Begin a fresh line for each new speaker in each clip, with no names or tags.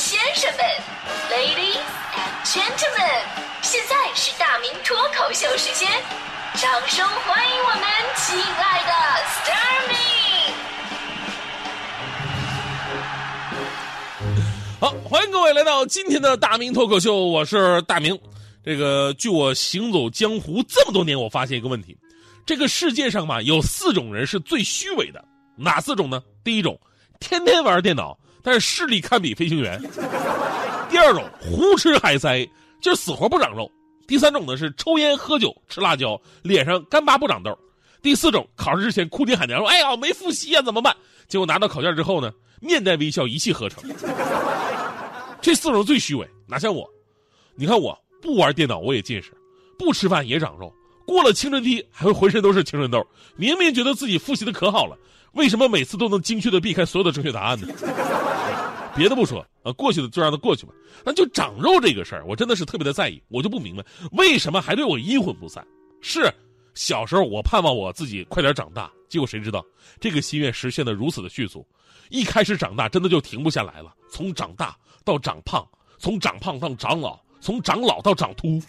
先生们 ，Ladies and Gentlemen， 现在是大明脱口秀时间，掌声欢迎我们亲爱的 Starmin。
好，欢迎各位来到今天的大明脱口秀，我是大明。据我行走江湖这么多年，我发现一个问题，这个世界上嘛，有4种人是最虚伪的，哪4种呢？第一种，天天玩电脑，但是视力堪比飞行员；第二种，胡吃海塞，就是死活不长肉；第3种呢是抽烟喝酒吃辣椒，脸上干巴不长痘；第4种，考试之前哭爹喊娘说：“哎呀，没复习啊，怎么办？”结果拿到考卷之后呢，面带微笑，一气呵成。这4种最虚伪，哪像我？你看我不玩电脑我也近视，不吃饭也长肉，过了青春期还会浑身都是青春痘，明明觉得自己复习的可好了，为什么每次都能精确的避开所有的正确答案呢？别的不说啊，过去的就让它过去吧。那就长肉这个事儿，我真的是特别的在意，我就不明白为什么还对我阴魂不散。是小时候我盼望我自己快点长大，结果谁知道这个心愿实现的如此的迅速，一开始长大真的就停不下来了，从长大到长胖，从长胖到长老，从长老到长秃。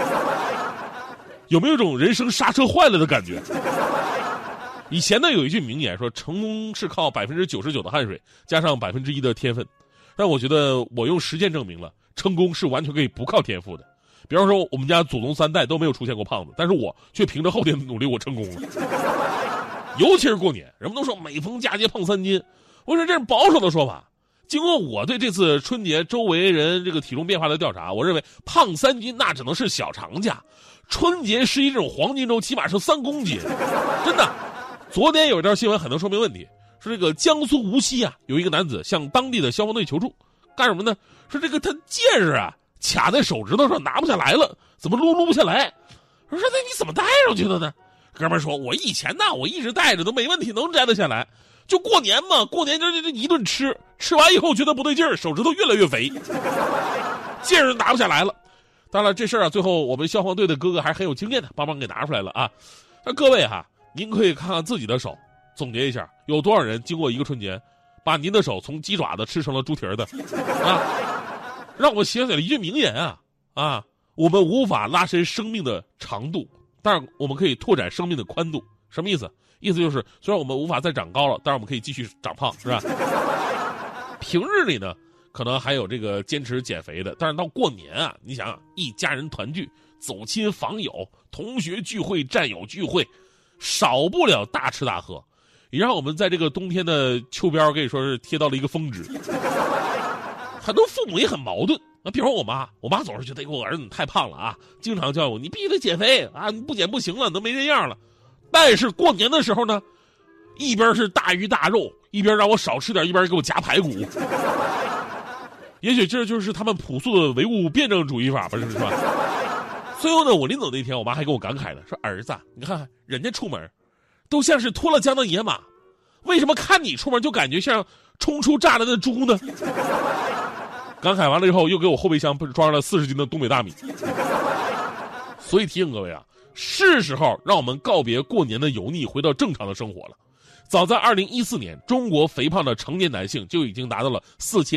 有没有一种人生刹车坏了的感觉？以前呢有一句名言说，成功是靠99%的汗水加上1%的天分，但我觉得我用实践证明了，成功是完全可以不靠天赋的。比方说我们家祖宗3代都没有出现过胖子，但是我却凭着后天的努力我成功了。尤其是过年，人们都说每逢佳节胖3斤，我说这是保守的说法。经过我对这次春节周围人这个体重变化的调查，我认为胖3斤那只能是小长假，春节11这种黄金周起码是3公斤，真的。昨天有一条新闻很能说明问题，说这个江苏无锡啊，有一个男子向当地的消防队求助，干什么呢？说这个他戒指啊卡在手指头上拿不下来了，怎么撸不下来？说那你怎么戴上去的呢？哥们说，我以前呢我一直戴着都没问题，能摘得下来。就过年嘛，过年就一顿吃完以后觉得不对劲儿，手指头越来越肥，戒指拿不下来了。当然这事儿啊，最后我们消防队的哥哥还是很有经验的，帮忙给拿出来了啊。那各位哈，您可以看看自己的手，总结一下，有多少人经过一个春节，把您的手从鸡爪子吃成了猪蹄儿的啊？让我想起了一句名言啊，我们无法拉伸生命的长度，但是我们可以拓展生命的宽度。什么意思？意思就是，虽然我们无法再长高了，但是我们可以继续长胖，是吧？平日里呢，可能还有这个坚持减肥的，但是到过年啊，你想想，一家人团聚，走亲访友，同学聚会，战友聚会，少不了大吃大喝，也让我们在这个冬天的秋膘可以说是贴到了一个峰值。很多父母也很矛盾啊，比如说我妈总是觉得我儿子太胖了啊，经常叫我你必须得减肥啊，你不减不行了，都没人样了。但是过年的时候呢，一边是大鱼大肉，一边让我少吃点，一边给我夹排骨。也许这就是他们朴素的唯物辩证主义法吧，是吧？最后呢，我临走那天，我妈还跟我感慨了，说儿子，你看看人家出门都像是脱了缰的野马，为什么看你出门就感觉像冲出栅栏的猪呢？感慨完了之后，又给我后备箱装上了40斤的东北大米。所以提醒各位啊，是时候让我们告别过年的油腻，回到正常的生活了。早在2014年，中国肥胖的成年男性就已经达到了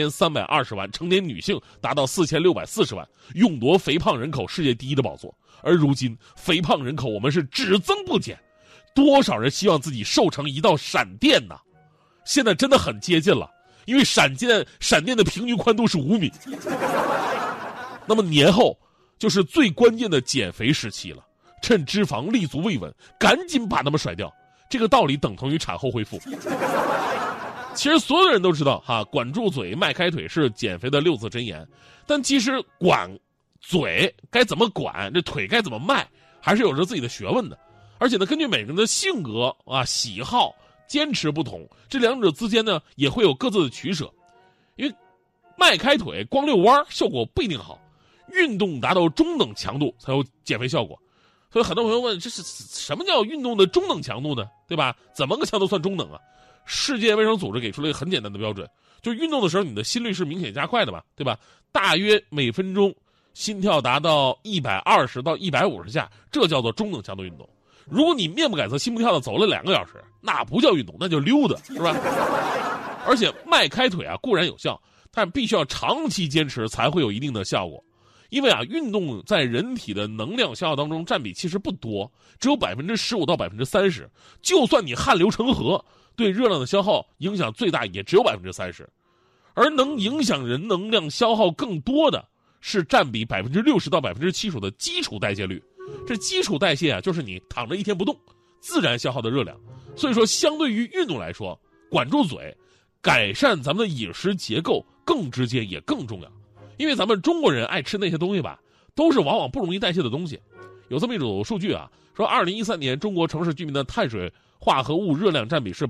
4320万，成年女性达到4640万，勇夺肥胖人口世界第1的宝座。而如今，肥胖人口我们是只增不减，多少人希望自己瘦成一道闪电呢？现在真的很接近了，因为闪电的平均宽度是5米。那么年后就是最关键的减肥时期了，趁脂肪立足未稳，赶紧把它们甩掉。这个道理等同于产后恢复。其实所有人都知道哈，管住嘴，迈开腿是减肥的6字真言。但其实管嘴该怎么管，这腿该怎么迈，还是有着自己的学问的。而且呢，根据每个人的性格啊、喜好、坚持不同，这两者之间呢也会有各自的取舍。因为迈开腿光遛弯效果不一定好，运动达到中等强度才有减肥效果。所以很多朋友问，这是什么叫运动的中等强度呢？对吧？怎么个强度算中等啊？世界卫生组织给出了一个很简单的标准，就运动的时候你的心率是明显加快的吧，对吧？大约每分钟心跳达到120到150下，这叫做中等强度运动。如果你面不改色心不跳的走了2个小时，那不叫运动，那叫溜达，是吧？而且迈开腿啊固然有效， 但必须要长期坚持才会有一定的效果。因为运动在人体的能量消耗当中占比其实不多，只有15%到30%。就算你汗流成河，对热量的消耗影响最大也只有30%。而能影响人能量消耗更多的是占比60%到70%的基础代谢率。这基础代谢就是你躺着一天不动，自然消耗的热量。所以说，相对于运动来说，管住嘴，改善咱们的饮食结构更直接也更重要。因为咱们中国人爱吃那些东西吧，都是往往不容易代谢的东西。有这么一种数据说2013年中国城市居民的碳水化合物热量占比是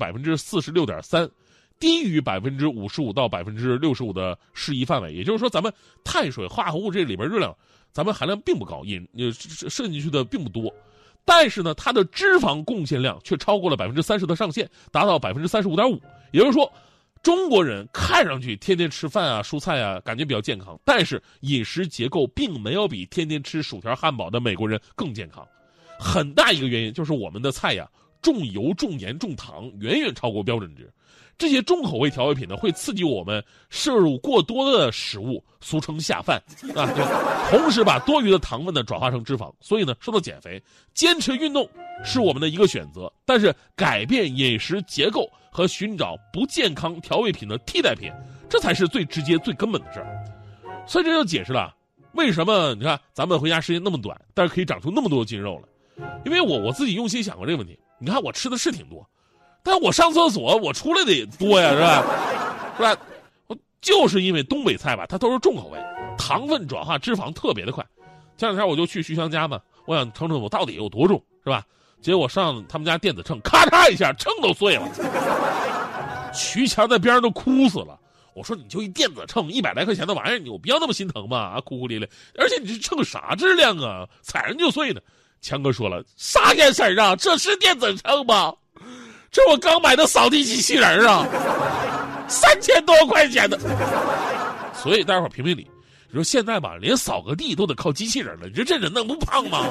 46.3%，低于55%到65%的适宜范围。也就是说，咱们碳水化合物这里边热量，咱们含量并不高，摄进去的并不多。但是呢，它的脂肪贡献量却超过了30%的上限，达到35.5%。也就是说，中国人看上去天天吃饭蔬菜感觉比较健康，但是饮食结构并没有比天天吃薯条汉堡的美国人更健康。很大一个原因就是我们的菜重油重盐重糖，远远超过标准值。这些重口味调味品呢，会刺激我们摄入过多的食物，俗称下饭同时把多余的糖分呢转化成脂肪。所以呢，说到减肥，坚持运动是我们的一个选择，但是改变饮食结构和寻找不健康调味品的替代品，这才是最直接最根本的事儿。所以这就解释了为什么你看咱们回家时间那么短，但是可以长出那么多筋肉了。因为我自己用心想过这个问题。你看我吃的是挺多，但我上厕所我出来的也多呀，是吧？是吧？我就是因为东北菜吧，它都是重口味，糖分转化脂肪特别的快。前两天我就去徐翔家嘛，我想称称我到底有多重，是吧？结果上他们家电子秤，咔嚓一下，秤都碎了。徐强在边上都哭死了。我说你就一电子秤，100来块钱的玩意儿，你有必要那么心疼吗？哭哭咧咧，而且你这秤啥质量啊？踩上就碎呢。强哥说了，啥眼神啊？这是电子秤吗？这我刚买的扫地机器人3000多块钱的。所以待会儿评评理，你说现在吧，连扫个地都得靠机器人了，你说这人能不胖吗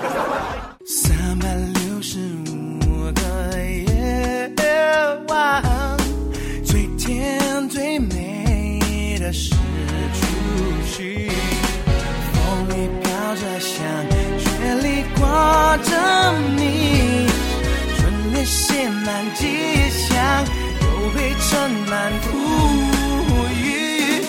？365个夜晚，最甜最美的是出去，风里飘着香，雪里挂着你，春雷写满吉祥，又被盛满富裕。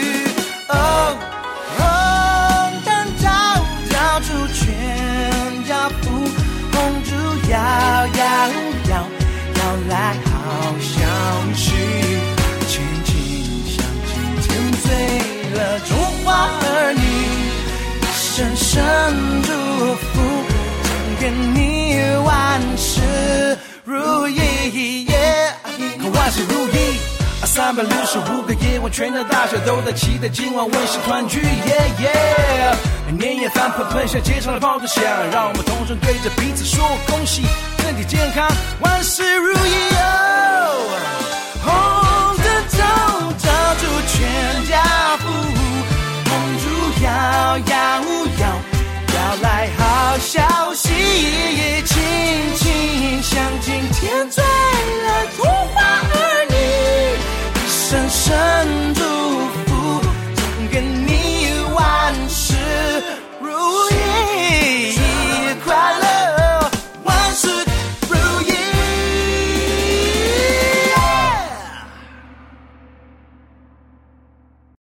灯照出全家福，红烛摇摇摇，摇来好消息，轻轻响，今天醉了中华儿女，深深祝福，祝愿你万事如意，万事如意。365个夜晚，全家大小都在期待今晚温馨团聚，年夜饭喷喷香，街上的炮竹响，让我们同声对着彼此说恭喜，身体健康，万事如意